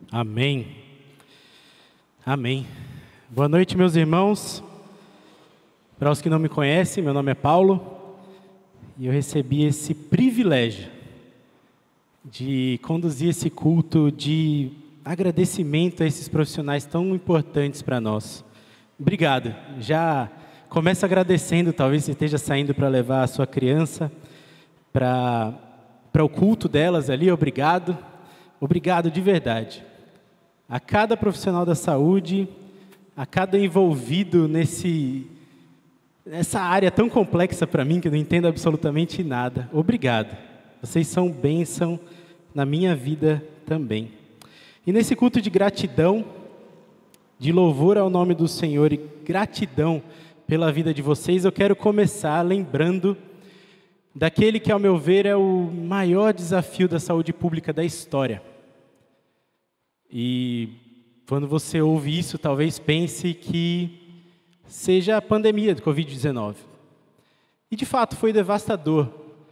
Amém. Amém. Boa noite, meus irmãos. Para os que não me conhecem, meu nome é Paulo e eu recebi esse privilégio de conduzir esse culto de agradecimento a esses profissionais tão importantes para nós. Obrigado. Já começo agradecendo, talvez você esteja saindo para levar a sua criança para o culto delas ali. Obrigado. Obrigado de verdade. A cada profissional da saúde, a cada envolvido nessa área tão complexa para mim, que eu não entendo absolutamente nada. Obrigado. Vocês são bênção na minha vida também. E nesse culto de gratidão, de louvor ao nome do Senhor e gratidão pela vida de vocês, eu quero começar lembrando daquele que, ao meu ver, é o maior desafio da saúde pública da história. E quando você ouve isso, talvez pense que seja a pandemia do Covid-19. E de fato foi devastador.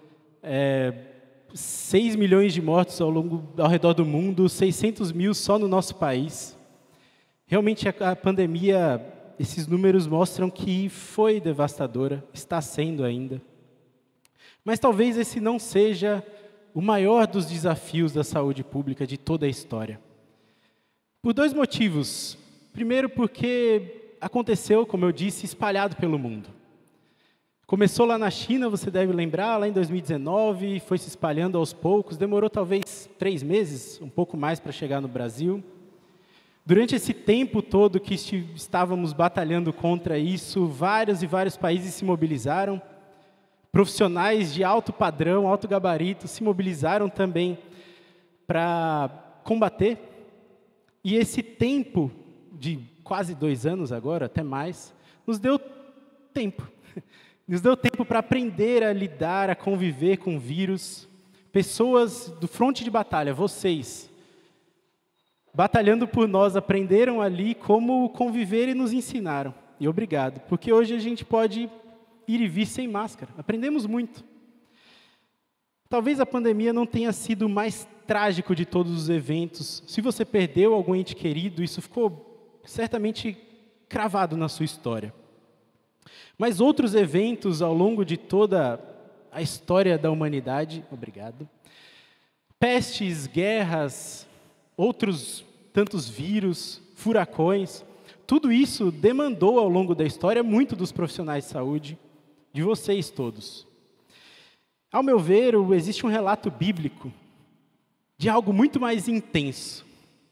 6 milhões de mortos ao redor do mundo, 600 mil só no nosso país. Realmente a pandemia, esses números mostram que foi devastadora, está sendo ainda. Mas talvez esse não seja o maior dos desafios da saúde pública de toda a história. Por dois motivos. Primeiro, porque aconteceu, como eu disse, espalhado pelo mundo. Começou lá na China, você deve lembrar, lá em 2019, foi se espalhando aos poucos, demorou talvez 3 meses, um pouco mais para chegar no Brasil. Durante esse tempo todo que estávamos batalhando contra isso, vários e vários países se mobilizaram, profissionais de alto padrão, alto gabarito, se mobilizaram também para combater. E esse tempo, de quase 2 anos agora, até mais, nos deu tempo. Nos deu tempo para aprender a lidar, a conviver com o vírus. Pessoas do fronte de batalha, vocês, batalhando por nós, aprenderam ali como conviver e nos ensinaram. E obrigado, porque hoje a gente pode ir e vir sem máscara. Aprendemos muito. Talvez a pandemia não tenha sido o mais trágico de todos os eventos. Se você perdeu algum ente querido, isso ficou certamente cravado na sua história. Mas outros eventos ao longo de toda a história da humanidade, obrigado, pestes, guerras, outros tantos vírus, furacões, tudo isso demandou ao longo da história muito dos profissionais de saúde, de vocês todos. Ao meu ver, existe um relato bíblico de algo muito mais intenso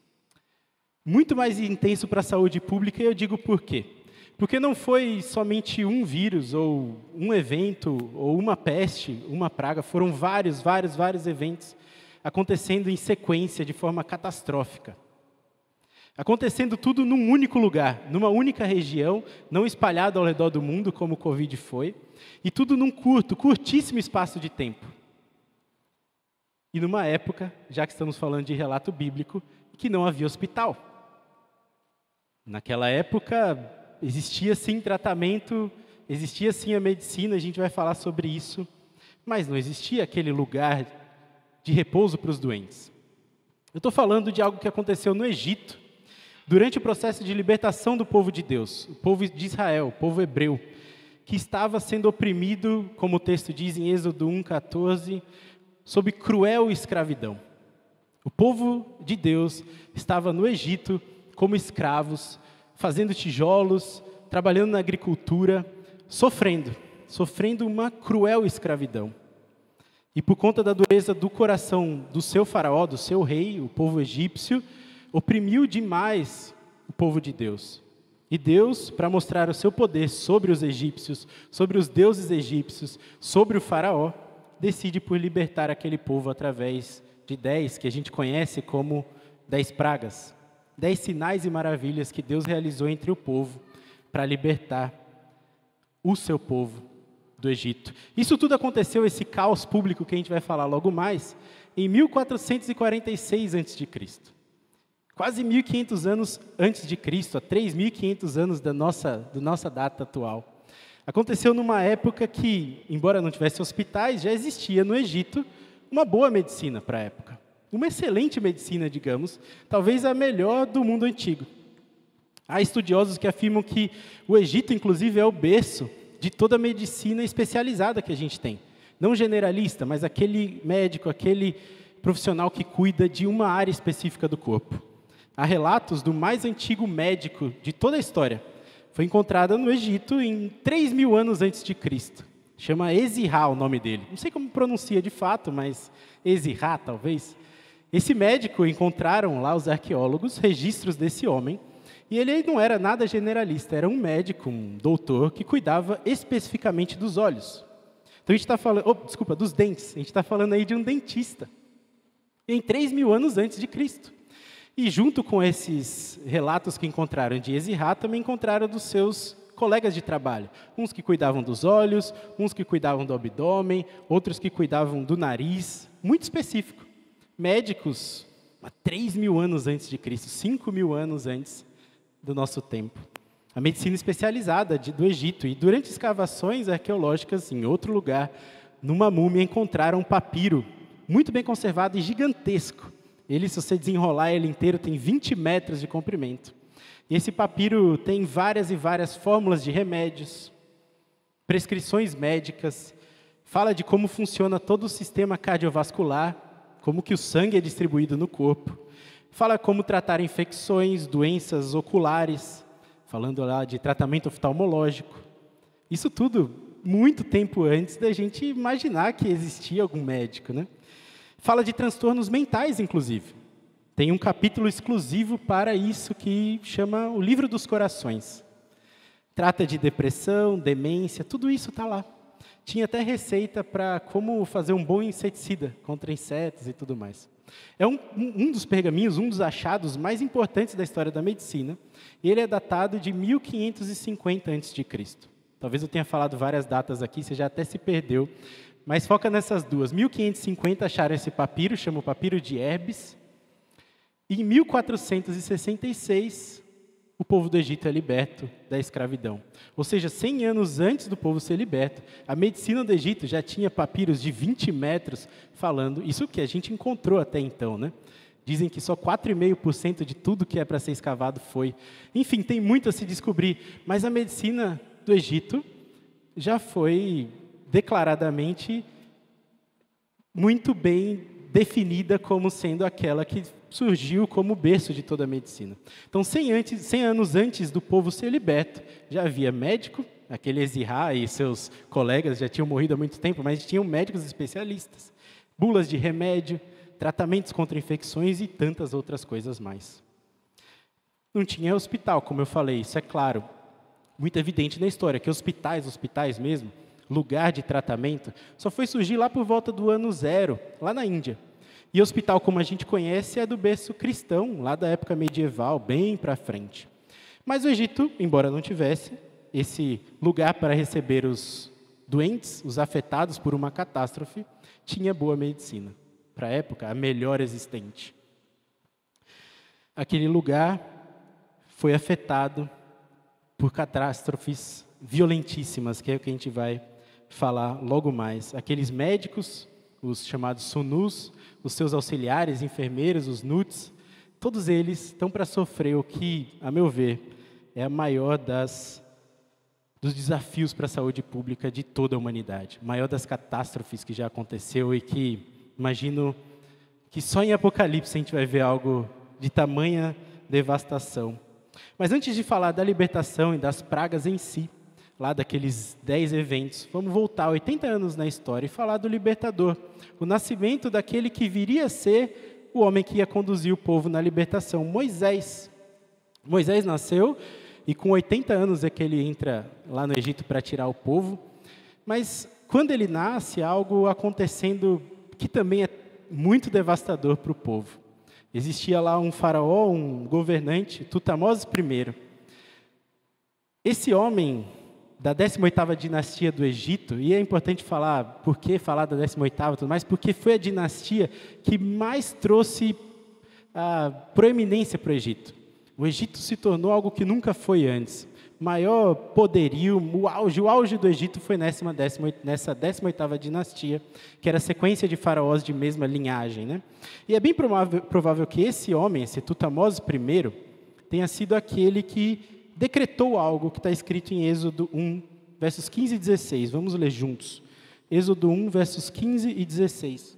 para a saúde pública, e eu digo por quê. Porque não foi somente um vírus, ou um evento, ou uma peste, uma praga, foram vários eventos acontecendo em sequência, de forma catastrófica. Acontecendo tudo num único lugar, numa única região, não espalhado ao redor do mundo, como o Covid foi, e tudo num curtíssimo espaço de tempo. E numa época, já que estamos falando de relato bíblico, que não havia hospital. Naquela época, existia sim tratamento, existia sim a medicina, a gente vai falar sobre isso, mas não existia aquele lugar de repouso para os doentes. Eu estou falando de algo que aconteceu no Egito, durante o processo de libertação do povo de Deus, o povo de Israel, o povo hebreu, que estava sendo oprimido, como o texto diz em Êxodo 1:14, sob cruel escravidão. O povo de Deus estava no Egito como escravos, fazendo tijolos, trabalhando na agricultura, sofrendo uma cruel escravidão. E por conta da dureza do coração do seu faraó, do seu rei, o povo egípcio, oprimiu demais o povo de Deus. E Deus, para mostrar o seu poder sobre os egípcios, sobre os deuses egípcios, sobre o faraó, decide por libertar aquele povo através de 10, que a gente conhece como 10 pragas. 10 sinais e maravilhas que Deus realizou entre o povo para libertar o seu povo do Egito. Isso tudo aconteceu, esse caos público que a gente vai falar logo mais, em 1446 a.C. Quase 1.500 anos antes de Cristo, há 3.500 anos da nossa data atual. Aconteceu numa época que, embora não tivesse hospitais, já existia no Egito uma boa medicina para a época. Uma excelente medicina, digamos, talvez a melhor do mundo antigo. Há estudiosos que afirmam que o Egito, inclusive, é o berço de toda a medicina especializada que a gente tem. Não generalista, mas aquele médico, aquele profissional que cuida de uma área específica do corpo. Há relatos do mais antigo médico de toda a história. Foi encontrado no Egito em 3.000 anos antes de Cristo. Chama Ezirá o nome dele. Não sei como pronuncia de fato, mas Ezirá, talvez. Esse médico, encontraram lá os arqueólogos registros desse homem, e ele não era nada generalista, era um médico, um doutor, que cuidava especificamente dos olhos. Então a gente está falando, dos dentes, a gente está falando aí de um dentista, em 3.000 anos antes de Cristo. E junto com esses relatos que encontraram de Ezirá, também encontraram dos seus colegas de trabalho. Uns que cuidavam dos olhos, uns que cuidavam do abdômen, outros que cuidavam do nariz, muito específico. Médicos há 3.000 anos antes de Cristo, 5.000 anos antes do nosso tempo. A medicina especializada do Egito. E durante escavações arqueológicas, em outro lugar, numa múmia, encontraram um papiro muito bem conservado e gigantesco. Ele, se você desenrolar ele inteiro, tem 20 metros de comprimento. E esse papiro tem várias e várias fórmulas de remédios, prescrições médicas, fala de como funciona todo o sistema cardiovascular, como que o sangue é distribuído no corpo, fala como tratar infecções, doenças oculares, falando lá de tratamento oftalmológico. Isso tudo muito tempo antes da gente imaginar que existia algum médico, né? Fala de transtornos mentais, inclusive. Tem um capítulo exclusivo para isso que chama o Livro dos Corações. Trata de depressão, demência, tudo isso está lá. Tinha até receita para como fazer um bom inseticida contra insetos e tudo mais. É um dos pergaminhos, um dos achados mais importantes da história da medicina. E ele é datado de 1550 a.C. Talvez eu tenha falado várias datas aqui, você já até se perdeu. Mas foca nessas duas. 1550 acharam esse papiro, chama o papiro de Herbes. E em 1466, o povo do Egito é liberto da escravidão. Ou seja, 100 anos antes do povo ser liberto, a medicina do Egito já tinha papiros de 20 metros falando, isso que a gente encontrou até então, né? Dizem que só 4,5% de tudo que é para ser escavado foi. Enfim, tem muito a se descobrir, mas a medicina do Egito já foi declaradamente muito bem definida como sendo aquela que surgiu como berço de toda a medicina. Então, 100 anos antes do povo ser liberto, já havia médico, aquele Ezirá e seus colegas já tinham morrido há muito tempo, mas tinham médicos especialistas, bulas de remédio, tratamentos contra infecções e tantas outras coisas mais. Não tinha hospital, como eu falei, isso é claro, muito evidente na história, que hospitais mesmo, lugar de tratamento, só foi surgir lá por volta do ano 0, lá na Índia. E o hospital, como a gente conhece, é do berço cristão, lá da época medieval, bem para frente. Mas o Egito, embora não tivesse esse lugar para receber os doentes, os afetados por uma catástrofe, tinha boa medicina. Para a época, a melhor existente. Aquele lugar foi afetado por catástrofes violentíssimas, que é o que a gente vai falar logo mais. Aqueles médicos, os chamados sunus, os seus auxiliares, enfermeiros, os nuts, todos eles estão para sofrer o que, a meu ver, é a maior dos desafios para a saúde pública de toda a humanidade. Maior das catástrofes que já aconteceu e que, imagino, que só em Apocalipse a gente vai ver algo de tamanha devastação. Mas antes de falar da libertação e das pragas em si, lá daqueles 10 eventos, vamos voltar 80 anos na história e falar do libertador, o nascimento daquele que viria a ser o homem que ia conduzir o povo na libertação, Moisés. Moisés nasceu e com 80 anos é que ele entra lá no Egito para tirar o povo, mas quando ele nasce, há algo acontecendo que também é muito devastador para o povo. Existia lá um faraó, um governante, Tutmoses I. Esse homem da 18ª dinastia do Egito, e é importante falar, por que falar da 18ª, tudo mais, porque foi a dinastia que mais trouxe a proeminência para o Egito. O Egito se tornou algo que nunca foi antes. maior poderio, o auge do Egito foi nessa 18ª dinastia, que era a sequência de faraós de mesma linhagem, né? E é bem provável que esse homem, esse Tutmose I, tenha sido aquele que decretou algo que está escrito em Êxodo 1, versos 15 e 16. Vamos ler juntos. Êxodo 1, versos 15 e 16.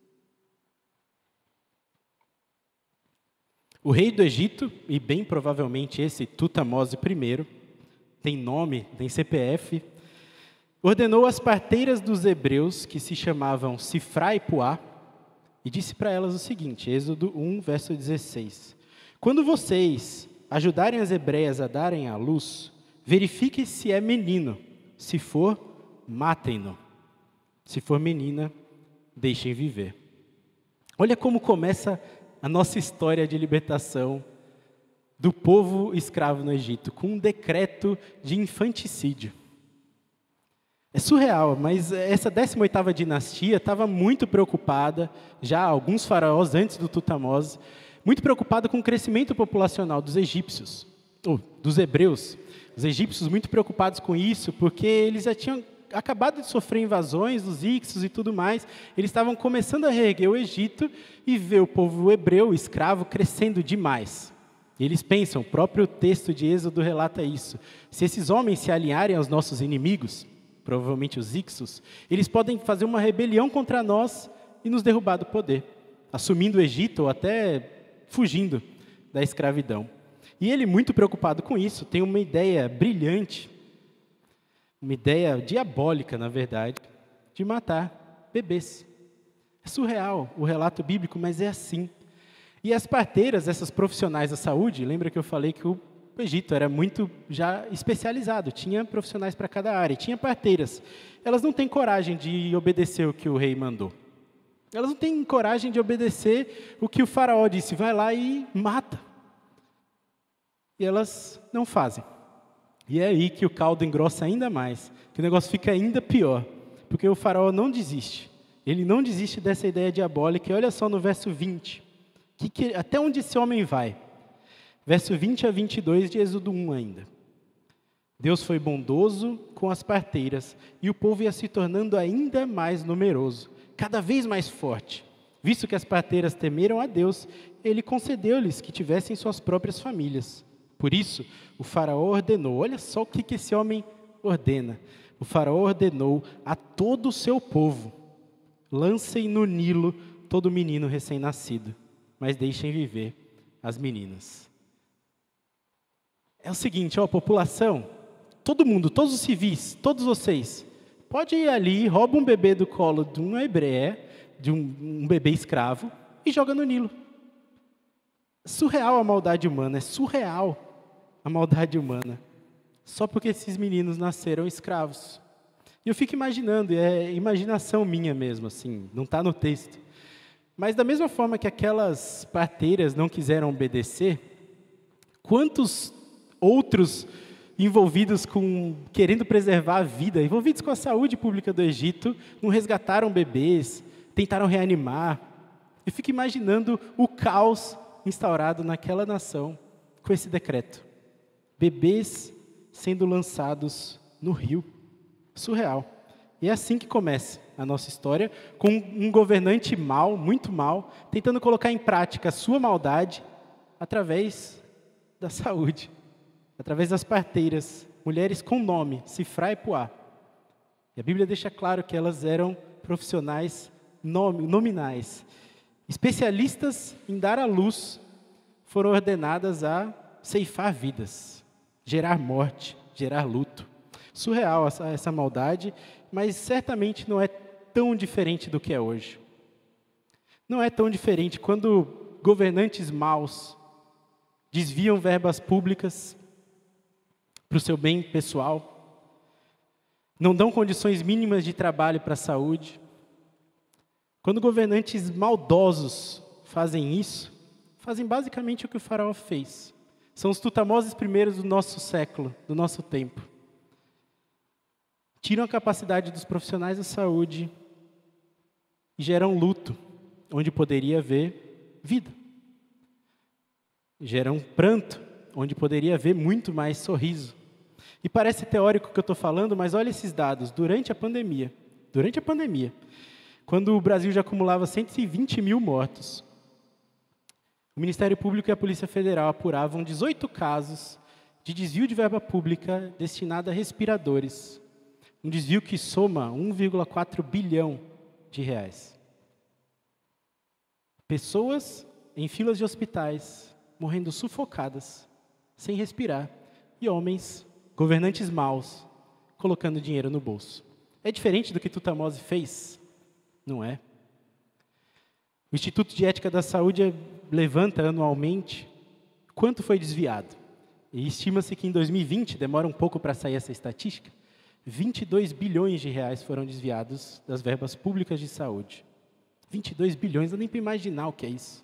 O rei do Egito, e bem provavelmente esse Tutmose I, tem nome, tem CPF, ordenou às parteiras dos hebreus, que se chamavam Sifrá e Puá, e disse para elas o seguinte, Êxodo 1, verso 16. Quando vocês ajudarem as hebreias a darem à luz, verifiquem se é menino. Se for, matem-no. Se for menina, deixem viver. Olha como começa a nossa história de libertação do povo escravo no Egito, com um decreto de infanticídio. É surreal, mas essa 18ª dinastia estava muito preocupada, já alguns faraós antes do Tutmose, muito preocupada com o crescimento populacional dos egípcios, ou dos hebreus. Os egípcios muito preocupados com isso, porque eles já tinham acabado de sofrer invasões dos Hicsos e tudo mais. Eles estavam começando a reerguer o Egito e ver o povo hebreu, o escravo, crescendo demais. E eles pensam, o próprio texto de Êxodo relata isso. Se esses homens se alinharem aos nossos inimigos, provavelmente os Hicsos, eles podem fazer uma rebelião contra nós e nos derrubar do poder, assumindo o Egito ou até fugindo da escravidão. E ele, muito preocupado com isso, tem uma ideia brilhante, uma ideia diabólica, na verdade, de matar bebês. É surreal o relato bíblico, mas é assim. E as parteiras, essas profissionais da saúde, lembra que eu falei que o Egito era muito já especializado, tinha profissionais para cada área, tinha parteiras. Elas não têm coragem de obedecer o que o rei mandou. Elas não têm coragem de obedecer o que o faraó disse, vai lá e mata. E elas não fazem. E é aí que o caldo engrossa ainda mais, que o negócio fica ainda pior, porque o faraó não desiste. Ele não desiste dessa ideia diabólica, e olha só no verso 20, até onde esse homem vai? Verso 20 a 22 de Êxodo 1 ainda. Deus foi bondoso com as parteiras, e o povo ia se tornando ainda mais numeroso, cada vez mais forte. Visto que as parteiras temeram a Deus, ele concedeu-lhes que tivessem suas próprias famílias. Por isso, o faraó ordenou, olha só o que esse homem ordena. O faraó ordenou a todo o seu povo, lancem no Nilo todo menino recém-nascido, mas deixem viver as meninas. É o seguinte, a população, todo mundo, todos os civis, todos vocês, pode ir ali, rouba um bebê do colo de uma hebreia, de um bebê escravo, e joga no Nilo. É surreal a maldade humana, é surreal a maldade humana, só porque esses meninos nasceram escravos. E eu fico imaginando, é imaginação minha mesmo, assim, não está no texto. Mas da mesma forma que aquelas parteiras não quiseram obedecer, quantos outros envolvidos querendo preservar a vida, envolvidos com a saúde pública do Egito, não resgataram bebês, tentaram reanimar. Eu fico imaginando o caos instaurado naquela nação com esse decreto. Bebês sendo lançados no rio. Surreal. E é assim que começa a nossa história, com um governante mau, muito mau, tentando colocar em prática a sua maldade através da saúde, através das parteiras, mulheres com nome, Sifrá e Puá. E a Bíblia deixa claro que elas eram profissionais nominais, especialistas em dar à luz, foram ordenadas a ceifar vidas, gerar morte, gerar luto. Surreal essa maldade, mas certamente não é tão diferente do que é hoje. Não é tão diferente quando governantes maus desviam verbas públicas para o seu bem pessoal, não dão condições mínimas de trabalho para a saúde. Quando governantes maldosos fazem isso, fazem basicamente o que o faraó fez. São os Tutmoses primeiros do nosso século, do nosso tempo. Tiram a capacidade dos profissionais da saúde e geram luto, onde poderia haver vida. Geram pranto, onde poderia haver muito mais sorriso. E parece teórico o que eu estou falando, mas olha esses dados. Durante a pandemia, quando o Brasil já acumulava 120 mil mortos, o Ministério Público e a Polícia Federal apuravam 18 casos de desvio de verba pública destinada a respiradores. Um desvio que soma 1,4 bilhão de reais. Pessoas em filas de hospitais, morrendo sufocadas, sem respirar, e homens, governantes maus, colocando dinheiro no bolso. É diferente do que Tutamose fez? Não é. O Instituto de Ética da Saúde levanta anualmente quanto foi desviado. E estima-se que em 2020, demora um pouco para sair essa estatística, 22 bilhões de reais foram desviados das verbas públicas de saúde. 22 bilhões, eu nem para imaginar o que é isso.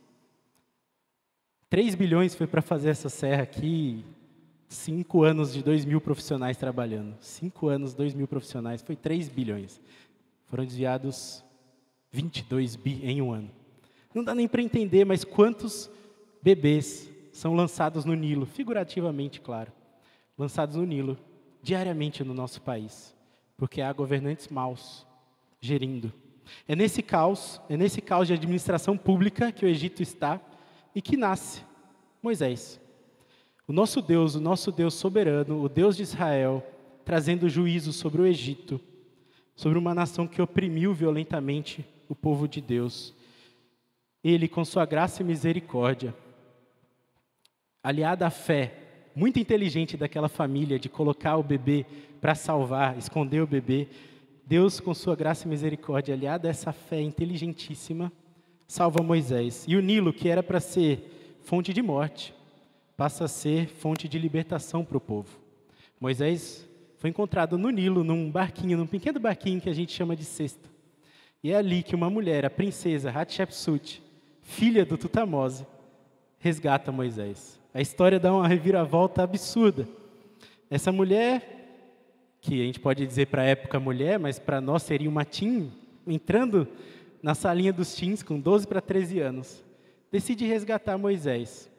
3 bilhões foi para fazer essa serra aqui, 5 anos de 2.000 profissionais trabalhando. 5 anos, 2.000 profissionais, foi 3 bilhões. Foram desviados 22 bi em um ano. Não dá nem para entender, mas quantos bebês são lançados no Nilo, figurativamente, claro, lançados no Nilo, diariamente no nosso país, porque há governantes maus gerindo. É nesse caos de administração pública que o Egito está e que nasce Moisés. O nosso Deus soberano, o Deus de Israel, trazendo juízo sobre o Egito, sobre uma nação que oprimiu violentamente o povo de Deus. Ele, com sua graça e misericórdia, aliada à fé muito inteligente daquela família de colocar o bebê para salvar, esconder o bebê, Deus, com sua graça e misericórdia, aliada a essa fé inteligentíssima, salva Moisés. E o Nilo, que era para ser fonte de morte, passa a ser fonte de libertação para o povo. Moisés foi encontrado no Nilo, num pequeno barquinho que a gente chama de cesta. E é ali que uma mulher, a princesa Hatshepsut, filha do Tutamose, resgata Moisés. A história dá uma reviravolta absurda. Essa mulher, que a gente pode dizer para a época mulher, mas para nós seria uma teen, entrando na salinha dos teens com 12 para 13 anos, decide resgatar Moisés.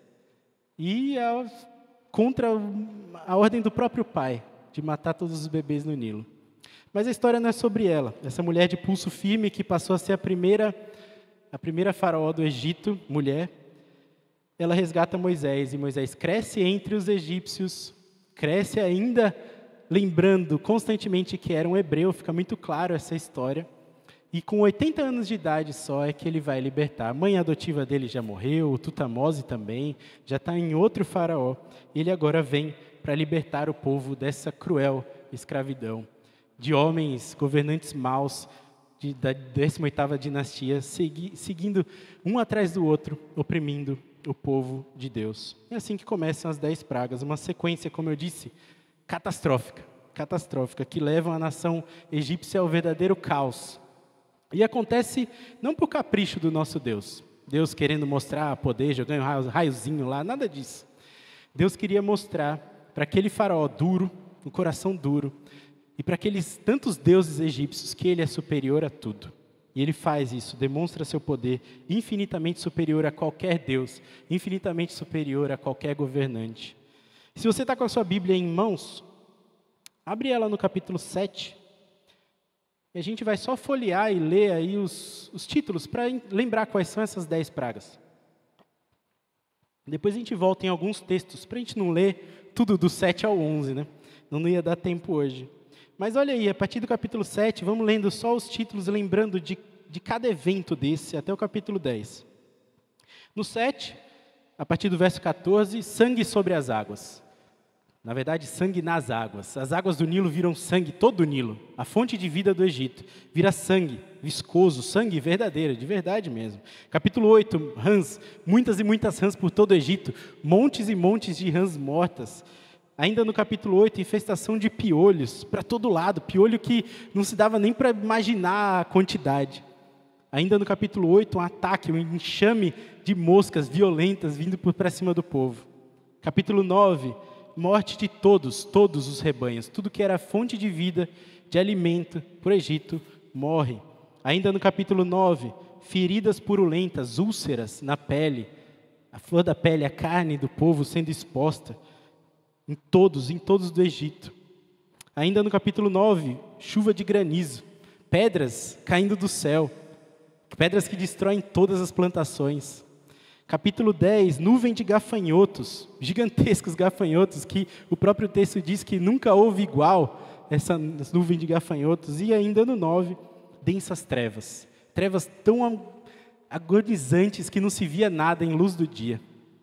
E contra a ordem do próprio pai, de matar todos os bebês no Nilo. Mas a história não é sobre ela. Essa mulher de pulso firme que passou a ser a primeira faraó do Egito, mulher, ela resgata Moisés, e Moisés cresce entre os egípcios, cresce ainda lembrando constantemente que era um hebreu, fica muito claro essa história, e com 80 anos de idade só é que ele vai libertar. A mãe adotiva dele já morreu, o Tutamose também, já está em outro faraó, e ele agora vem para libertar o povo dessa cruel escravidão, de homens, governantes maus, da 18ª dinastia, seguindo um atrás do outro, oprimindo o povo de Deus. É assim que começam as 10 pragas, uma sequência, como eu disse, catastrófica, que levam a nação egípcia ao verdadeiro caos. E acontece não por capricho do nosso Deus, Deus querendo mostrar poder, jogando um raiozinho lá, nada disso. Deus queria mostrar para aquele faraó duro, um coração duro, e para aqueles tantos deuses egípcios que ele é superior a tudo. E ele faz isso, demonstra seu poder infinitamente superior a qualquer Deus, infinitamente superior a qualquer governante. Se você está com a sua Bíblia em mãos, abre ela no capítulo 7. E a gente vai só folhear e ler aí os títulos para lembrar quais são essas 10 pragas. Depois a gente volta em alguns textos, para a gente não ler tudo do 7 ao 11, né? Não ia dar tempo hoje. Mas olha aí, a partir do capítulo 7, vamos lendo só os títulos, lembrando de cada evento desse, até o capítulo 10. No 7, a partir do verso 14, sangue sobre as águas. Na verdade, sangue nas águas. As águas do Nilo viram sangue, todo o Nilo. A fonte de vida do Egito vira sangue, viscoso, sangue verdadeiro, de verdade mesmo. Capítulo 8, rãs, muitas e muitas rãs por todo o Egito, montes e montes de rãs mortas. Ainda no capítulo 8, infestação de piolhos para todo lado, piolho que não se dava nem para imaginar a quantidade. Ainda no capítulo 8, um ataque, um enxame de moscas violentas vindo para cima do povo. Capítulo 9, morte de todos os rebanhos, tudo que era fonte de vida, de alimento para o Egito, morre. Ainda no capítulo 9, feridas purulentas, úlceras na pele, a flor da pele, a carne do povo sendo exposta, em todos do Egito. Ainda no capítulo 9, chuva de granizo, pedras caindo do céu, pedras que destroem todas as plantações. Capítulo 10, nuvem de gafanhotos, gigantescos gafanhotos, que o próprio texto diz que nunca houve igual essa nuvem de gafanhotos. E ainda no 9, densas trevas, trevas tão agonizantes que não se via nada em luz do dia.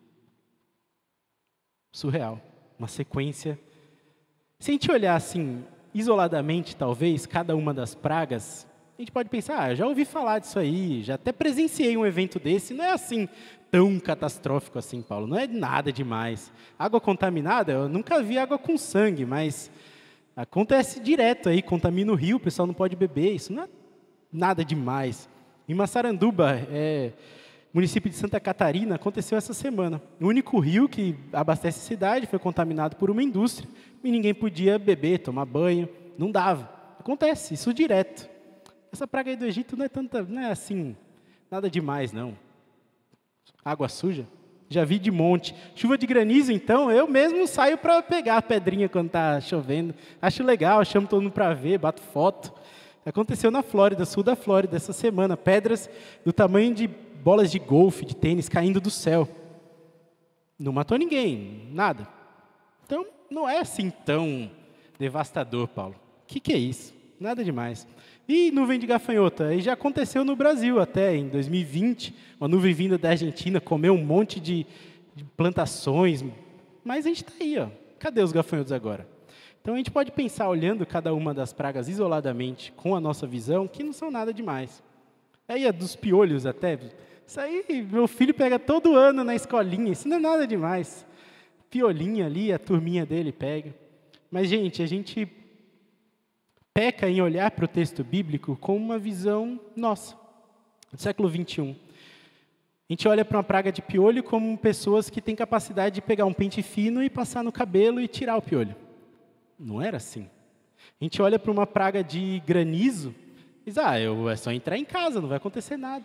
Surreal, uma sequência. Se a gente olhar assim, isoladamente talvez, cada uma das pragas, a gente pode pensar, já ouvi falar disso aí, já até presenciei um evento desse, não é assim tão catastrófico assim, Paulo, não é nada demais. Água contaminada, eu nunca vi água com sangue, mas acontece direto aí, contamina o rio, o pessoal não pode beber, isso não é nada demais. Em Massaranduba, município de Santa Catarina, aconteceu essa semana. O único rio que abastece a cidade foi contaminado por uma indústria e ninguém podia beber, tomar banho, não dava. Acontece, isso direto. Essa praga aí do Egito não é assim, nada demais, não. Água suja, já vi de monte. Chuva de granizo, então, eu mesmo saio para pegar a pedrinha quando está chovendo. Acho legal, chamo todo mundo para ver, bato foto. Aconteceu na Flórida, sul da Flórida, essa semana. Pedras do tamanho de bolas de golfe, de tênis, caindo do céu. Não matou ninguém, nada. Então, não é assim tão devastador, Paulo. O que é isso? Nada demais. E nuvem de gafanhoto? Aí já aconteceu no Brasil até, em 2020. Uma nuvem vinda da Argentina, comeu um monte de plantações. Mas a gente está aí, ó. Cadê os gafanhotos agora? Então, a gente pode pensar, olhando cada uma das pragas isoladamente, com a nossa visão, que não são nada demais. Aí, a dos piolhos até. Isso aí, meu filho pega todo ano na escolinha. Isso não é nada demais. Piolinha ali, a turminha dele pega. Mas, gente, a gente peca em olhar para o texto bíblico com uma visão nossa, do século 21. A gente olha para uma praga de piolho como pessoas que têm capacidade de pegar um pente fino e passar no cabelo e tirar o piolho. Não era assim. A gente olha para uma praga de granizo e diz, é só entrar em casa, não vai acontecer nada.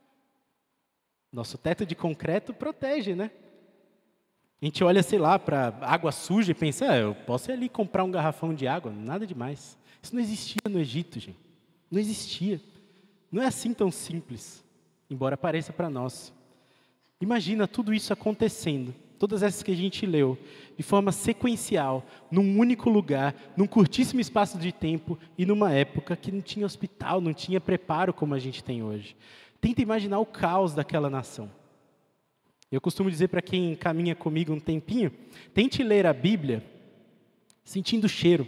Nosso teto de concreto protege, né? A gente olha, sei lá, para água suja e pensa, eu posso ir ali comprar um garrafão de água, nada demais. Isso não existia no Egito, gente. Não existia. Não é assim tão simples, embora pareça para nós. Imagina tudo isso acontecendo, todas essas que a gente leu, de forma sequencial, num único lugar, num curtíssimo espaço de tempo e numa época que não tinha hospital, não tinha preparo como a gente tem hoje. Tenta imaginar o caos daquela nação. Eu costumo dizer para quem caminha comigo um tempinho, tente ler a Bíblia sentindo o cheiro.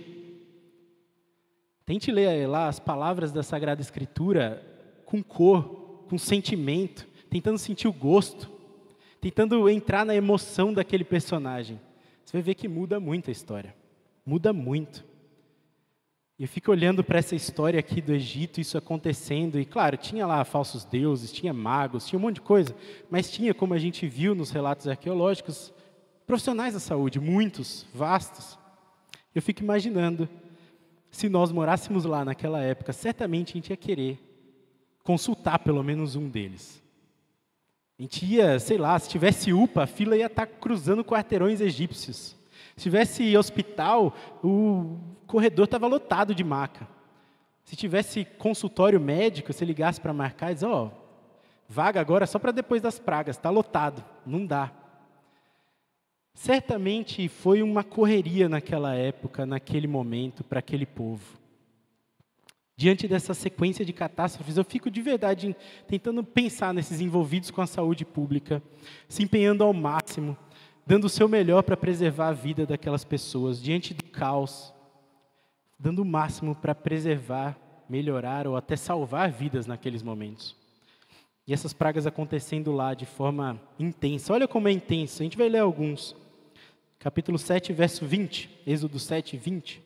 Tente ler lá as palavras da Sagrada Escritura com cor, com sentimento, tentando sentir o gosto, tentando entrar na emoção daquele personagem. Você vai ver que muda muito a história. Muda muito. E eu fico olhando para essa história aqui do Egito, isso acontecendo, e claro, tinha lá falsos deuses, tinha magos, tinha um monte de coisa, mas tinha, como a gente viu nos relatos arqueológicos, profissionais da saúde, muitos, vastos. Eu fico imaginando, se nós morássemos lá naquela época, certamente a gente ia querer consultar pelo menos um deles. A gente ia, sei lá, se tivesse UPA, a fila ia estar cruzando quarteirões egípcios. Se tivesse hospital, o corredor estava lotado de maca. Se tivesse consultório médico, você ligasse para marcar e diz, vaga agora só para depois das pragas, está lotado, não dá. Certamente foi uma correria naquela época, naquele momento, para aquele povo. Diante dessa sequência de catástrofes, eu fico de verdade tentando pensar nesses envolvidos com a saúde pública, se empenhando ao máximo, dando o seu melhor para preservar a vida daquelas pessoas, diante do caos, dando o máximo para preservar, melhorar ou até salvar vidas naqueles momentos. E essas pragas acontecendo lá de forma intensa. Olha como é intenso, a gente vai ler alguns. Capítulo 7, verso 20, Êxodo 7, 20.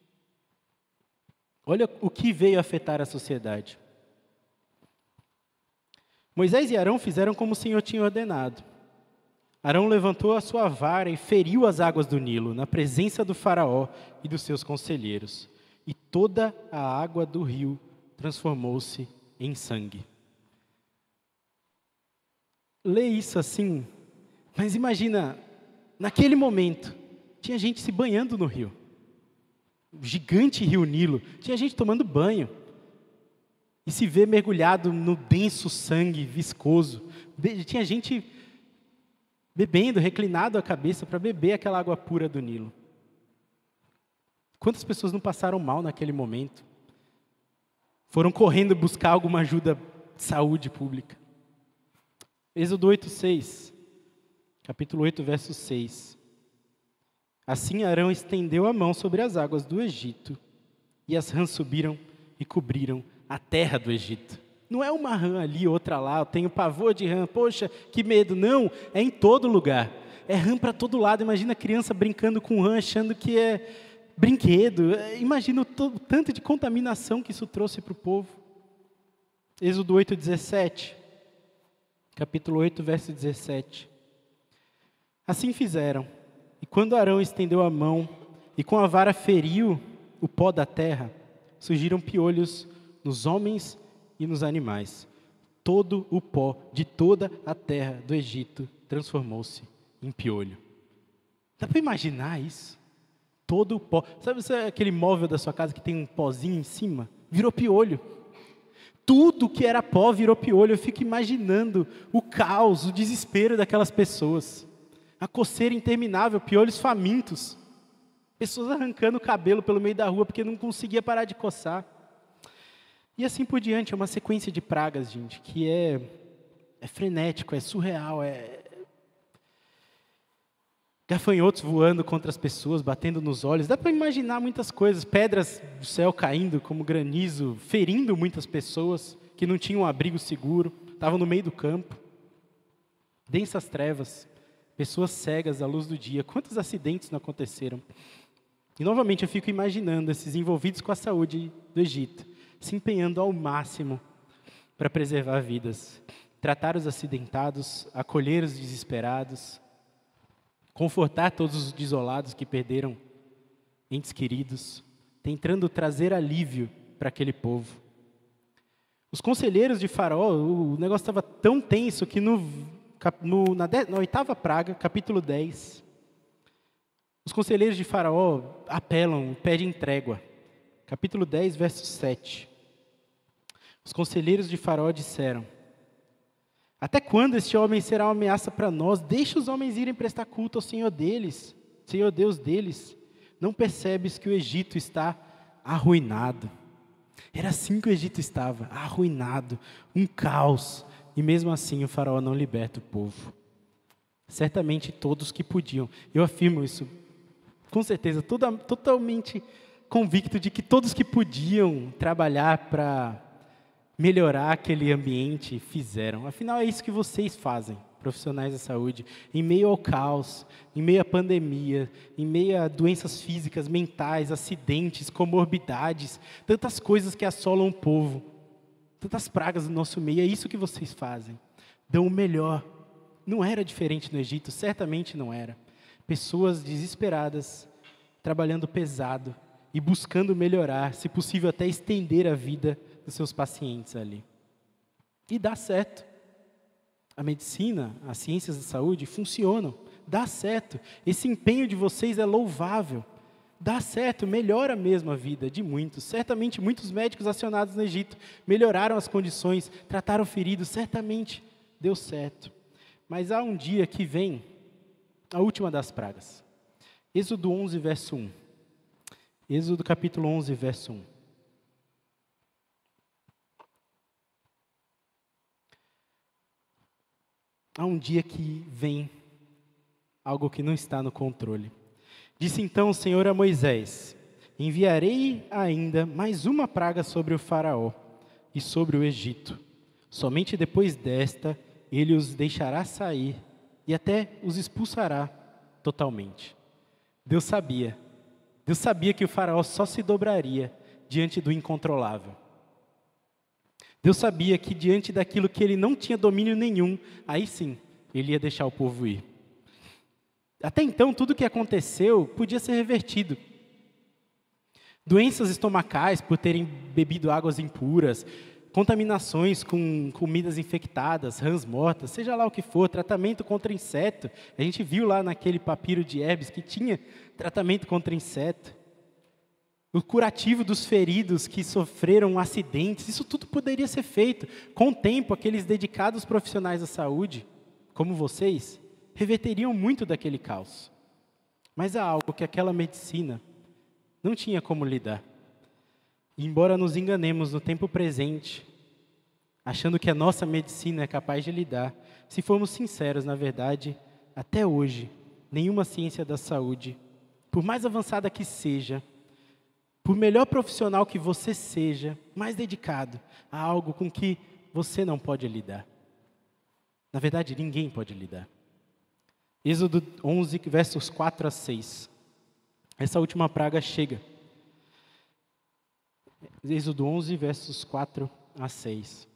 Olha o que veio afetar a sociedade. Moisés e Arão fizeram como o Senhor tinha ordenado. Arão levantou a sua vara e feriu as águas do Nilo, na presença do faraó e dos seus conselheiros. E toda a água do rio transformou-se em sangue. Lê isso assim, mas imagina, naquele momento, tinha gente se banhando no rio. o gigante rio Nilo. Tinha gente tomando banho e se vê mergulhado no denso sangue viscoso. Tinha gente bebendo, reclinado a cabeça para beber aquela água pura do Nilo. Quantas pessoas não passaram mal naquele momento? Foram correndo buscar alguma ajuda de saúde pública. Êxodo 8:6, capítulo 8, verso 6. Assim Arão estendeu a mão sobre as águas do Egito, e as rãs subiram e cobriram a terra do Egito. Não é uma rã ali, outra lá, eu tenho pavor de rã, poxa, que medo. Não, é em todo lugar. É rã para todo lado. Imagina a criança brincando com rã, achando que é brinquedo. Imagina o tanto de contaminação que isso trouxe para o povo. Êxodo 8:17, capítulo 8, verso 17. Assim fizeram, e quando Arão estendeu a mão e com a vara feriu o pó da terra, surgiram piolhos nos homens e nos animais. Todo o pó de toda a terra do Egito transformou-se em piolho. Dá para imaginar isso? Todo o pó. Sabe aquele móvel da sua casa que tem um pozinho em cima? Virou piolho. Tudo que era pó virou piolho. Eu fico imaginando o caos, o desespero daquelas pessoas. A coceira interminável, piolhos famintos. Pessoas arrancando o cabelo pelo meio da rua porque não conseguia parar de coçar. E assim por diante, é uma sequência de pragas, gente, que é frenético, é surreal, gafanhotos voando contra as pessoas, batendo nos olhos. Dá para imaginar muitas coisas, pedras do céu caindo como granizo, ferindo muitas pessoas que não tinham um abrigo seguro, estavam no meio do campo. Densas trevas, pessoas cegas à luz do dia. Quantos acidentes não aconteceram? E novamente eu fico imaginando esses envolvidos com a saúde do Egito, se empenhando ao máximo para preservar vidas, tratar os acidentados, acolher os desesperados, confortar todos os desolados que perderam entes queridos, tentando trazer alívio para aquele povo. Os conselheiros de Faraó, o negócio estava tão tenso que na 8ª praga, capítulo 10, os conselheiros de Faraó apelam, pedem trégua. Capítulo 10, verso 7. Os conselheiros de Faraó disseram: até quando este homem será uma ameaça para nós? Deixa os homens irem prestar culto ao Senhor deles, Senhor Deus deles. Não percebes que o Egito está arruinado? Era assim que o Egito estava, arruinado, um caos. E mesmo assim o Faraó não liberta o povo. Certamente todos que podiam, eu afirmo isso com certeza, totalmente convicto de que todos que podiam trabalhar para melhorar aquele ambiente fizeram. Afinal, é isso que vocês fazem, profissionais da saúde, em meio ao caos, em meio à pandemia, em meio a doenças físicas, mentais, acidentes, comorbidades, tantas coisas que assolam o povo, tantas pragas no nosso meio. É isso que vocês fazem. Dão o melhor. Não era diferente no Egito, certamente não era. Pessoas desesperadas, trabalhando pesado e buscando melhorar, se possível até estender a vida dos seus pacientes ali. E dá certo. A medicina, as ciências da saúde funcionam. Dá certo. Esse empenho de vocês é louvável. Dá certo, melhora mesmo a vida de muitos. Certamente muitos médicos acionados no Egito melhoraram as condições, trataram feridos, certamente deu certo. Mas há um dia que vem a última das pragas. Êxodo 11, verso 1. Êxodo capítulo 11, verso 1. Há um dia que vem algo que não está no controle. Disse então o Senhor a Moisés: enviarei ainda mais uma praga sobre o Faraó e sobre o Egito. Somente depois desta, ele os deixará sair e até os expulsará totalmente. Deus sabia que o Faraó só se dobraria diante do incontrolável. Deus sabia que diante daquilo que ele não tinha domínio nenhum, aí sim, ele ia deixar o povo ir. Até então, tudo o que aconteceu podia ser revertido. Doenças estomacais por terem bebido águas impuras, contaminações com comidas infectadas, rãs mortas, seja lá o que for, tratamento contra inseto. A gente viu lá naquele papiro de Herbes que tinha tratamento contra inseto. o curativo dos feridos que sofreram acidentes, isso tudo poderia ser feito. Com o tempo, aqueles dedicados profissionais da saúde, como vocês, reverteriam muito daquele caos. Mas há algo que aquela medicina não tinha como lidar. E embora nos enganemos no tempo presente, achando que a nossa medicina é capaz de lidar, se formos sinceros, na verdade, até hoje, nenhuma ciência da saúde, por mais avançada que seja, por melhor profissional que você seja, mais dedicado, há algo com que você não pode lidar. Na verdade, ninguém pode lidar. Êxodo 11, versos 4 a 6. Essa última praga chega. Êxodo 11, versos 4 a 6.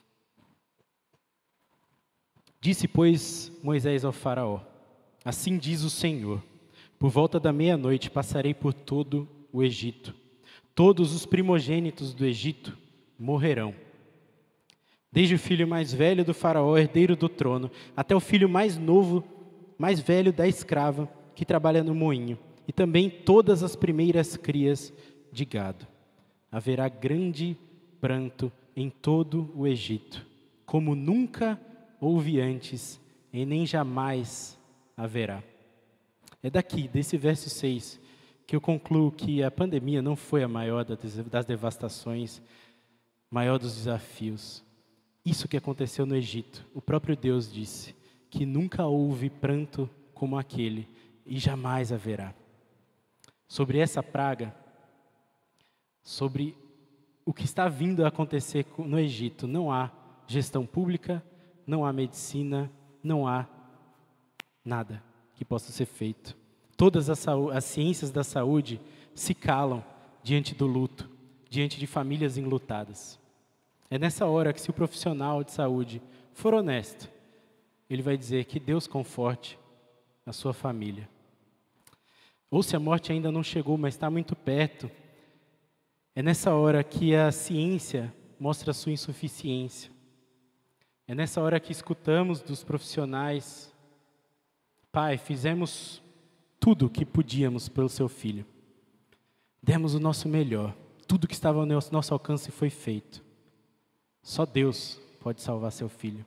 Disse, pois, Moisés ao faraó: assim diz o Senhor, por volta da meia-noite passarei por todo o Egito. Todos os primogênitos do Egito morrerão. Desde o filho mais velho do faraó, herdeiro do trono, até o filho mais novo, mais velho da escrava, que trabalha no moinho, e também todas as primeiras crias de gado. Haverá grande pranto em todo o Egito, como nunca houve antes, e nem jamais haverá. É daqui, desse verso 6, que eu concluo que a pandemia não foi a maior das devastações, maior dos desafios. Isso que aconteceu no Egito, o próprio Deus disse que nunca houve pranto como aquele e jamais haverá. Sobre essa praga, sobre o que está vindo a acontecer no Egito, não há gestão pública, não há medicina, não há nada que possa ser feito. Todas as ciências da saúde se calam diante do luto, diante de famílias enlutadas. É nessa hora que, se o profissional de saúde for honesto, ele vai dizer que Deus conforte a sua família. Ou se a morte ainda não chegou, mas está muito perto, é nessa hora que a ciência mostra a sua insuficiência. É nessa hora que escutamos dos profissionais: Pai, fizemos tudo o que podíamos pelo seu filho. Demos o nosso melhor. Tudo que estava ao nosso alcance foi feito. Só Deus pode salvar seu filho.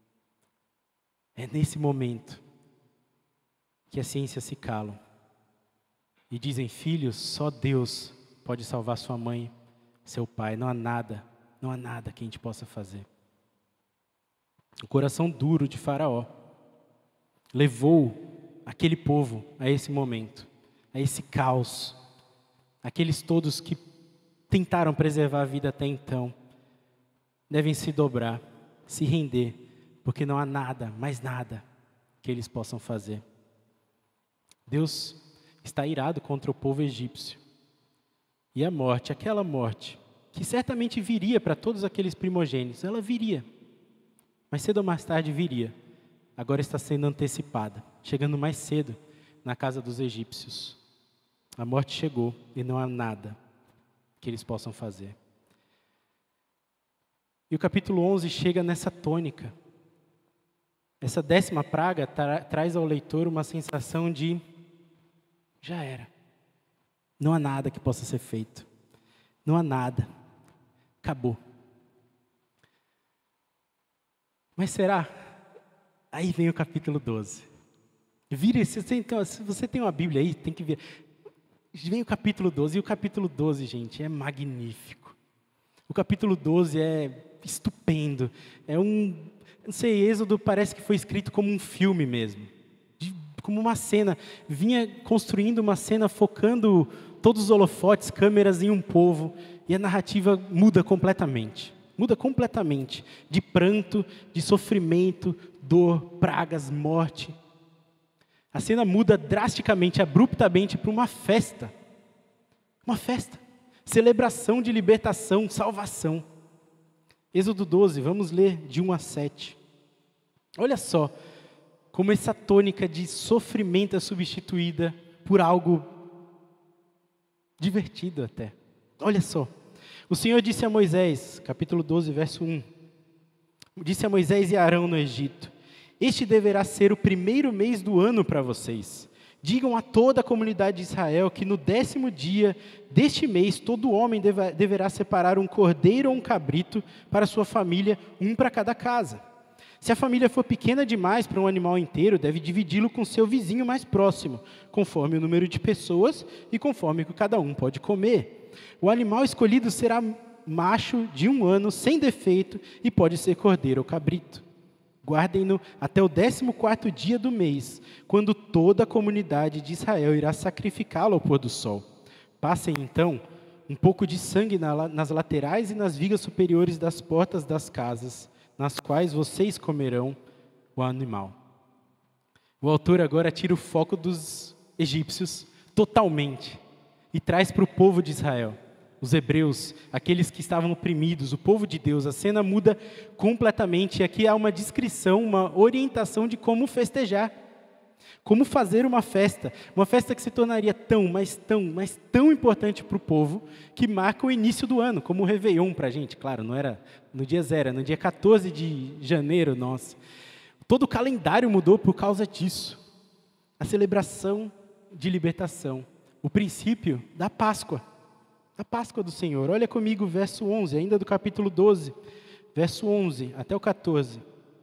É nesse momento que a ciência se cala e dizem: filhos, só Deus pode salvar sua mãe, seu pai. Não há nada que a gente possa fazer. O coração duro de Faraó levou aquele povo a esse momento, a esse caos. Aqueles todos que tentaram preservar a vida até então, devem se dobrar, se render, porque não há nada, mais nada, que eles possam fazer. Deus está irado contra o povo egípcio. E a morte, aquela morte, que certamente viria para todos aqueles primogênitos, ela viria, mas cedo ou mais tarde viria. Agora está sendo antecipada, chegando mais cedo na casa dos egípcios. A morte chegou e não há nada que eles possam fazer. E o capítulo 11 chega nessa tônica. Essa 10ª praga traz ao leitor uma sensação de: já era. Não há nada que possa ser feito. Não há nada. Acabou. Mas será? Aí vem o capítulo 12. Vira, se você tem uma Bíblia aí, tem que ver. Vem o capítulo 12, e o capítulo 12, gente, é magnífico. O capítulo 12 é estupendo. Não sei, Êxodo parece que foi escrito como um filme mesmo. Como uma cena. Vinha construindo uma cena focando todos os holofotes, câmeras em um povo. E a narrativa muda completamente. Muda completamente. De pranto, de sofrimento, dor, pragas, morte. A cena muda drasticamente, abruptamente para uma festa. Uma festa. Celebração de libertação, salvação. Êxodo 12, vamos ler de 1 a 7. Olha só como essa tônica de sofrimento é substituída por algo divertido até. Olha só. O Senhor disse a Moisés, capítulo 12, verso 1. Disse a Moisés e a Arão no Egito: este deverá ser o primeiro mês do ano para vocês. Digam a toda a comunidade de Israel que no 10º dia deste mês, todo homem deverá separar um cordeiro ou um cabrito para sua família, um para cada casa. Se a família for pequena demais para um animal inteiro, deve dividi-lo com seu vizinho mais próximo, conforme o número de pessoas e conforme o que cada um pode comer. O animal escolhido será macho de 1 ano, sem defeito, e pode ser cordeiro ou cabrito. Guardem-no até o 14º dia do mês, quando toda a comunidade de Israel irá sacrificá-lo ao pôr do sol. Passem, então, um pouco de sangue nas laterais e nas vigas superiores das portas das casas, nas quais vocês comerão o animal. O autor agora tira o foco dos egípcios totalmente e traz para o povo de Israel. Os hebreus, aqueles que estavam oprimidos, o povo de Deus. A cena muda completamente. Aqui há uma descrição, uma orientação de como festejar. Como fazer uma festa que se tornaria mas tão importante para o povo, que marca o início do ano, como o Réveillon para a gente. Claro, não era no dia 0, era no dia 14 de janeiro, nossa. Todo o calendário mudou por causa disso. A celebração de libertação, o princípio da Páscoa. A Páscoa do Senhor. Olha comigo o verso 11, ainda do capítulo 12, verso 11 até o 14.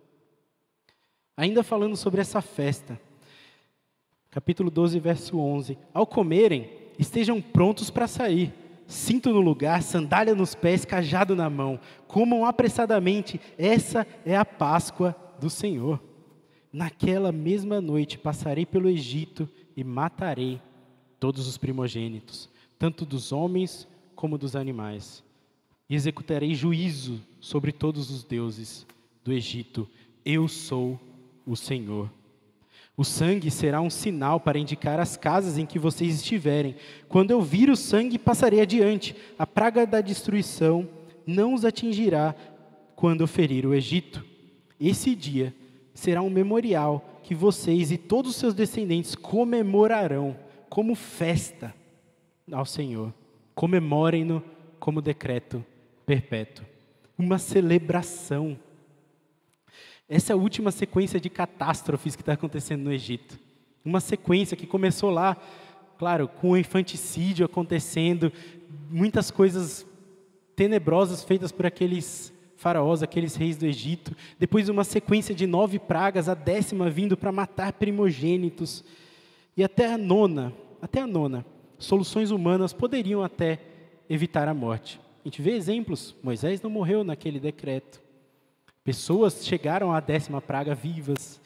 Ainda falando sobre essa festa. Capítulo 12, verso 11. Ao comerem, estejam prontos para sair. Cinto no lugar, sandália nos pés, cajado na mão. Comam apressadamente. Essa é a Páscoa do Senhor. Naquela mesma noite passarei pelo Egito e matarei todos os primogênitos, tanto dos homens como dos animais. E executarei juízo sobre todos os deuses do Egito. Eu sou o Senhor. O sangue será um sinal para indicar as casas em que vocês estiverem. Quando eu vir o sangue, passarei adiante. A praga da destruição não os atingirá quando eu ferir o Egito. Esse dia será um memorial que vocês e todos os seus descendentes comemorarão como festa ao Senhor. Comemorem-no como decreto perpétuo. Uma celebração. Essa é a última sequência de catástrofes que está acontecendo no Egito. Uma sequência que começou lá, claro, com o infanticídio acontecendo, muitas coisas tenebrosas feitas por aqueles faraós, aqueles reis do Egito. Depois uma sequência de 9 pragas, a 10ª vindo para matar primogênitos. E até a nona, soluções humanas poderiam até evitar a morte. A gente vê exemplos, Moisés não morreu naquele decreto. Pessoas chegaram à 10ª praga vivas.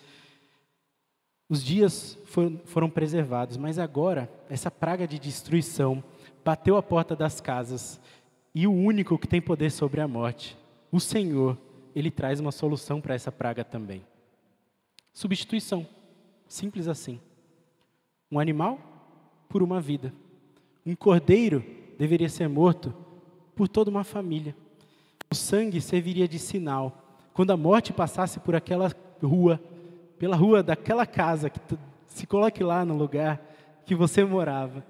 Os dias foram preservados, mas agora essa praga de destruição bateu a porta das casas e o único que tem poder sobre a morte, o Senhor, Ele traz uma solução para essa praga também. Substituição, simples assim. Um animal por uma vida. Um cordeiro deveria ser morto por toda uma família. O sangue serviria de sinal. Quando a morte passasse por aquela rua, pela rua daquela casa, se coloque lá no lugar que você morava,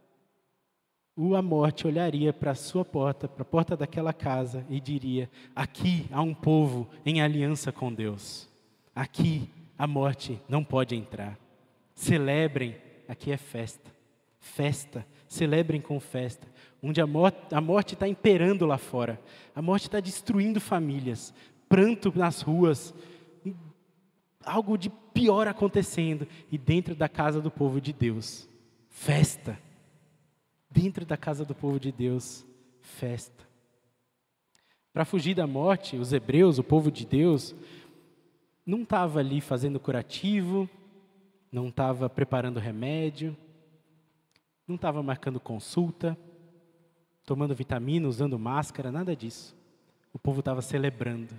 a morte olharia para a sua porta, para a porta daquela casa e diria: aqui há um povo em aliança com Deus. Aqui a morte não pode entrar. Celebrem, aqui é festa. Festa, celebrem com festa. Onde a morte está imperando lá fora. A morte está destruindo famílias. Pranto nas ruas, algo de pior acontecendo, e dentro da casa do povo de Deus, festa. Dentro da casa do povo de Deus, festa. Para fugir da morte, os hebreus, o povo de Deus, não estava ali fazendo curativo, não estava preparando remédio, não estava marcando consulta, tomando vitamina, usando máscara, nada disso. O povo estava celebrando.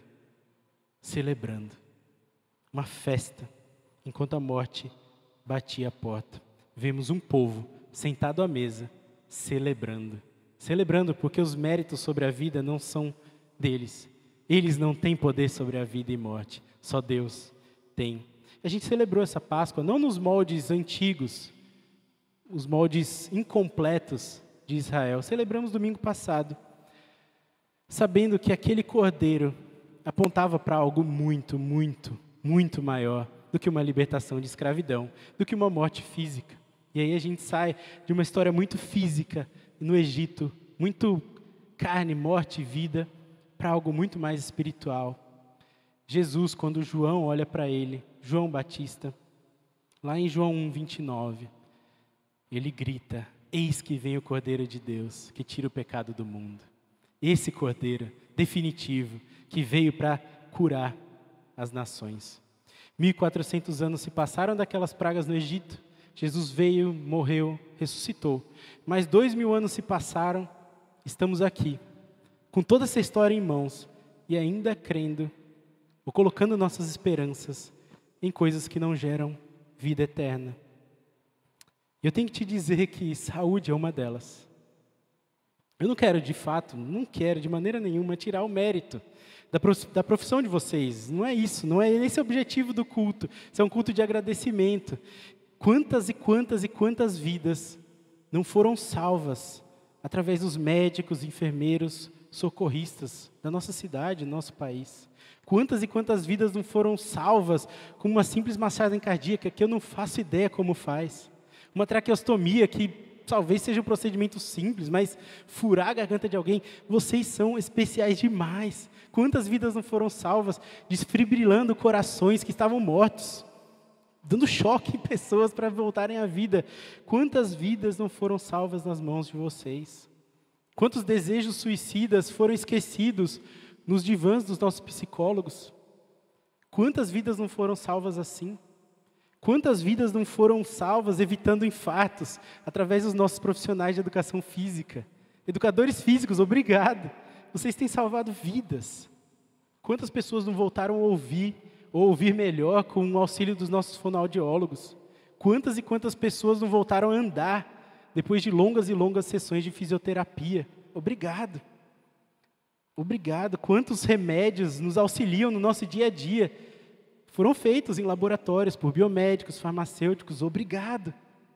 Uma festa, enquanto a morte batia a porta. Vemos um povo sentado à mesa, celebrando porque os méritos sobre a vida não são deles. Eles não têm poder sobre a vida e morte, só Deus tem. A gente celebrou essa Páscoa não nos moldes antigos, os moldes incompletos de Israel. Celebramos domingo passado, sabendo que aquele cordeiro apontava para algo muito, muito, muito maior. do que uma libertação de escravidão, do que uma morte física. E aí a gente sai de uma história muito física no Egito, muito carne, morte e vida, para algo muito mais espiritual. Jesus, quando João olha para ele, João Batista, lá em João 1:29, ele grita: eis que vem o Cordeiro de Deus, que tira o pecado do mundo. Esse Cordeiro definitivo, que veio para curar as nações. 1400 anos se passaram daquelas pragas no Egito. Jesus veio, morreu, ressuscitou. Mais 2000 anos se passaram, estamos aqui, com toda essa história em mãos, e ainda crendo, ou colocando nossas esperanças em coisas que não geram vida eterna. Eu tenho que te dizer que saúde é uma delas. Eu não quero, de fato, não quero de maneira nenhuma tirar o mérito da profissão de vocês. Não é isso, não é esse o objetivo do culto. Isso é um culto de agradecimento. Quantas e quantas e quantas vidas não foram salvas através dos médicos, enfermeiros, socorristas da nossa cidade, do nosso país. Quantas e quantas vidas não foram salvas com uma simples massagem cardíaca que eu não faço ideia como faz. Uma traqueostomia que talvez seja um procedimento simples, mas furar a garganta de alguém, vocês são especiais demais. Quantas vidas não foram salvas desfibrilando corações que estavam mortos, dando choque em pessoas para voltarem à vida. Quantas vidas não foram salvas nas mãos de vocês? Quantos desejos suicidas foram esquecidos nos divãs dos nossos psicólogos? Quantas vidas não foram salvas assim? Quantas vidas não foram salvas evitando infartos através dos nossos profissionais de educação física? Educadores físicos, obrigado. Vocês têm salvado vidas. Quantas pessoas não voltaram a ouvir, ou ouvir melhor com o auxílio dos nossos fonoaudiólogos? Quantas e quantas pessoas não voltaram a andar depois de longas e longas sessões de fisioterapia? Obrigado. Obrigado. Quantos remédios nos auxiliam no nosso dia a dia? Foram feitos em laboratórios por biomédicos, farmacêuticos. Obrigado.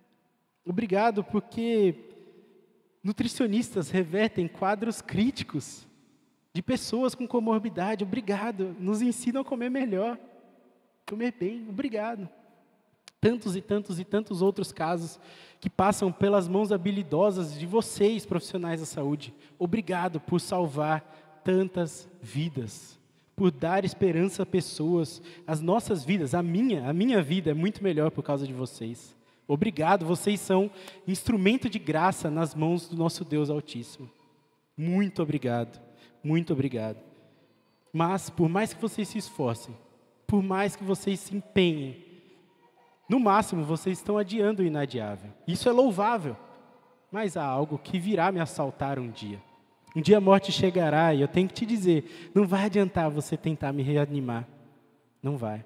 Obrigado porque nutricionistas revertem quadros críticos de pessoas com comorbidade. Obrigado. Nos ensinam a comer melhor, comer bem. Obrigado. Tantos e tantos e tantos outros casos que passam pelas mãos habilidosas de vocês, profissionais da saúde. Obrigado por salvar tantas vidas, por dar esperança a pessoas. As nossas vidas, a minha vida é muito melhor por causa de vocês. Obrigado, vocês são instrumento de graça nas mãos do nosso Deus Altíssimo. Muito obrigado, muito obrigado. Mas, por mais que vocês se esforcem, por mais que vocês se empenhem, no máximo vocês estão adiando o inadiável. Isso é louvável, mas há algo que virá me assaltar um dia. Um dia a morte chegará e eu tenho que te dizer, não vai adiantar você tentar me reanimar. Não vai.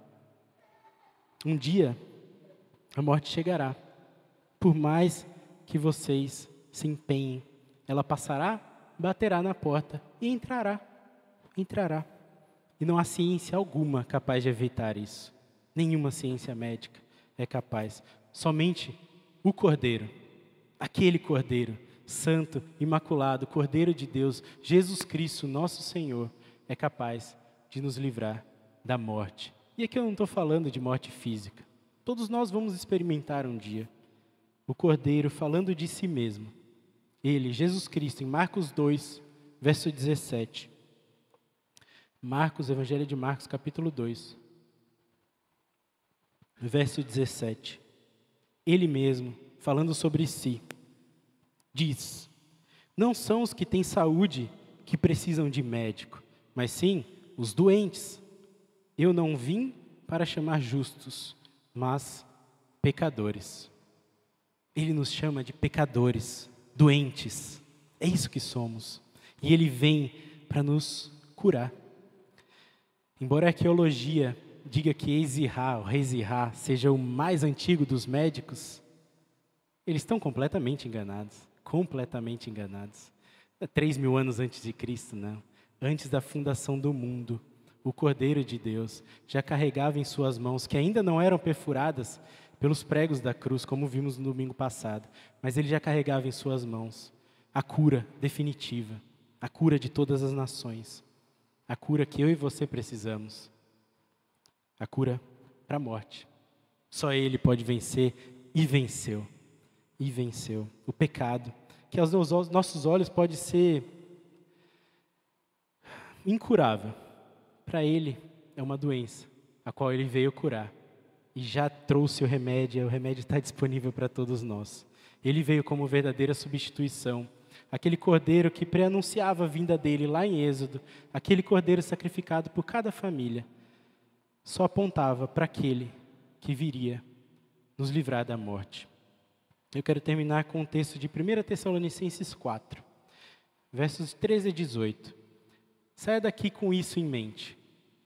Um dia a morte chegará. Por mais que vocês se empenhem, ela passará, baterá na porta e entrará. Entrará. E não há ciência alguma capaz de evitar isso. Nenhuma ciência médica é capaz. Somente o Cordeiro, aquele Cordeiro, Santo, Imaculado, Cordeiro de Deus, Jesus Cristo, nosso Senhor, é capaz de nos livrar da morte. E aqui eu não estou falando de morte física. Todos nós vamos experimentar um dia. O Cordeiro falando de si mesmo. Ele, Jesus Cristo, em Marcos 2, verso 17. Marcos, Evangelho de Marcos, capítulo 2. Verso 17. Ele mesmo, falando sobre si, diz: não são os que têm saúde que precisam de médico, mas sim os doentes. Eu não vim para chamar justos, mas pecadores. Ele nos chama de pecadores, doentes. É isso que somos. E Ele vem para nos curar. Embora a arqueologia diga que Exirá, o rei Zirá, seja o mais antigo dos médicos, eles estão completamente enganados. Completamente enganados. 3.000 anos antes de Cristo, não. Antes da fundação do mundo, o Cordeiro de Deus já carregava em suas mãos, que ainda não eram perfuradas pelos pregos da cruz, como vimos no domingo passado, mas ele já carregava em suas mãos a cura definitiva, a cura de todas as nações, a cura que eu e você precisamos, a cura para a morte. Só Ele pode vencer e venceu. E venceu o pecado, que aos nossos olhos pode ser incurável. Para Ele é uma doença, a qual Ele veio curar. E já trouxe o remédio está disponível para todos nós. Ele veio como verdadeira substituição. Aquele cordeiro que preanunciava a vinda dele lá em Êxodo, aquele cordeiro sacrificado por cada família, só apontava para aquele que viria nos livrar da morte. Eu quero terminar com o texto de 1 Tessalonicenses 4, versos 13 a 18. Saia daqui com isso em mente.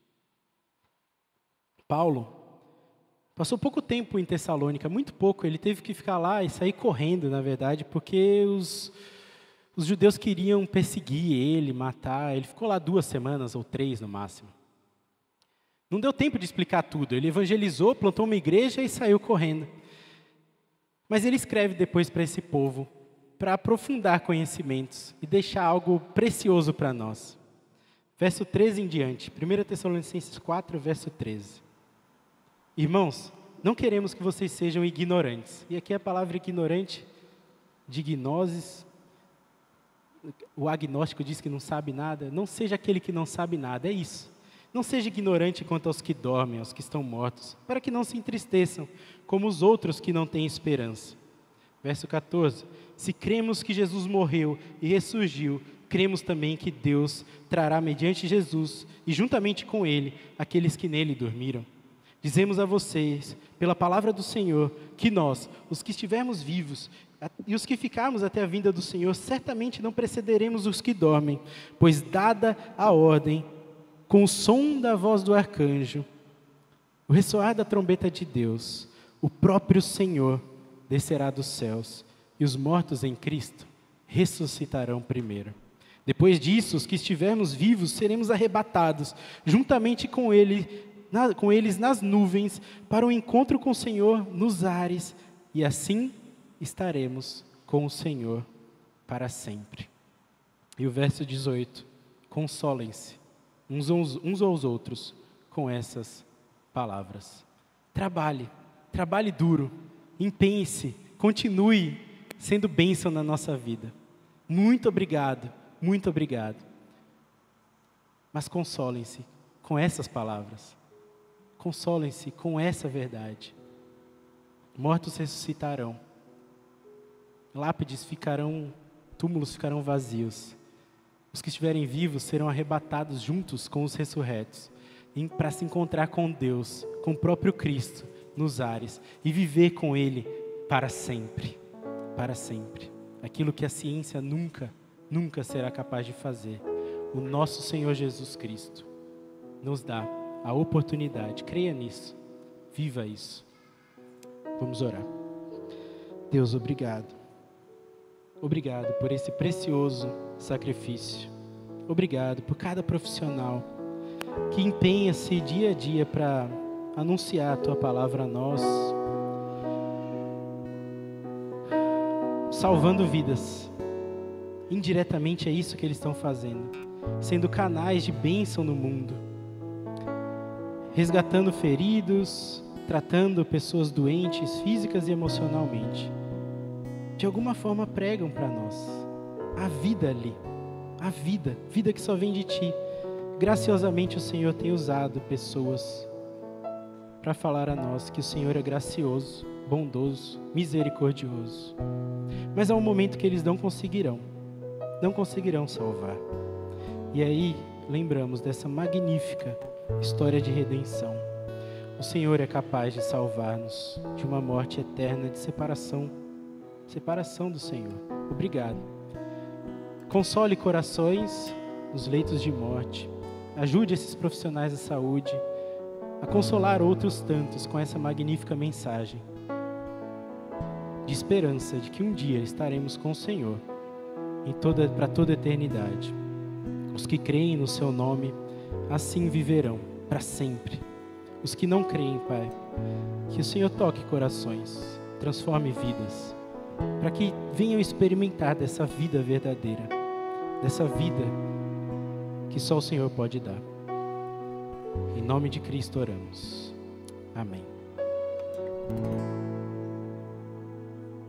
Paulo passou pouco tempo em Tessalônica, muito pouco. Ele teve que ficar lá e sair correndo, na verdade, porque os judeus queriam perseguir ele, matar. Ele ficou lá 2 semanas ou 3 no máximo. Não deu tempo de explicar tudo. Ele evangelizou, plantou uma igreja e saiu correndo. Mas ele escreve depois para esse povo, para aprofundar conhecimentos e deixar algo precioso para nós. Verso 13 em diante, 1 Tessalonicenses 4, verso 13. Irmãos, não queremos que vocês sejam ignorantes. E aqui a palavra ignorante, de gnosis, o agnóstico diz que não sabe nada. Não seja aquele que não sabe nada, é isso. Não seja ignorante quanto aos que dormem, aos que estão mortos, para que não se entristeçam, como os outros que não têm esperança. Verso 14. Se cremos que Jesus morreu e ressurgiu, cremos também que Deus trará mediante Jesus, e juntamente com Ele, aqueles que nele dormiram. Dizemos a vocês, pela palavra do Senhor, que nós, os que estivermos vivos, e os que ficarmos até a vinda do Senhor, certamente não precederemos os que dormem, pois dada a ordem, com o som da voz do arcanjo, o ressoar da trombeta de Deus, o próprio Senhor descerá dos céus, e os mortos em Cristo ressuscitarão primeiro. Depois disso, os que estivermos vivos seremos arrebatados, juntamente com eles nas nuvens, para o encontro com o Senhor nos ares, e assim estaremos com o Senhor para sempre. E o verso 18, consolem-se uns aos outros com essas palavras. Trabalhe duro, empenhe-se, continue sendo bênção na nossa vida. Muito obrigado. Mas consolem-se com essas palavras. Consolem-se com essa verdade. Mortos ressuscitarão. Lápides ficarão, túmulos ficarão vazios. Os que estiverem vivos serão arrebatados juntos com os ressurretos, para se encontrar com Deus, com o próprio Cristo, nos ares, e viver com Ele para sempre. Para sempre. Aquilo que a ciência nunca será capaz de fazer. O nosso Senhor Jesus Cristo nos dá a oportunidade. Creia nisso. Viva isso. Vamos orar. Deus, obrigado. Obrigado por esse precioso sacrifício. Obrigado por cada profissional que empenha-se dia a dia para anunciar a Tua palavra a nós, salvando vidas. Indiretamente é isso que eles estão fazendo, sendo canais de bênção no mundo, resgatando feridos, tratando pessoas doentes, físicas e emocionalmente. De alguma forma pregam para nós a vida ali, a vida que só vem de Ti. Graciosamente o Senhor tem usado pessoas para falar a nós que o Senhor é gracioso, bondoso, misericordioso. Mas há um momento que eles não conseguirão salvar. E aí lembramos dessa magnífica história de redenção. O Senhor é capaz de salvar-nos de uma morte eterna de separação do Senhor. Obrigado. Console corações nos leitos de morte. Ajude esses profissionais da saúde a consolar outros tantos com essa magnífica mensagem de esperança de que um dia estaremos com o Senhor para toda a eternidade. Os que creem no Seu nome assim viverão para sempre. Os que não creem, Pai, que o Senhor toque corações, transforme vidas, para que venham experimentar dessa vida verdadeira, dessa vida que só o Senhor pode dar. Em nome de Cristo oramos. Amém.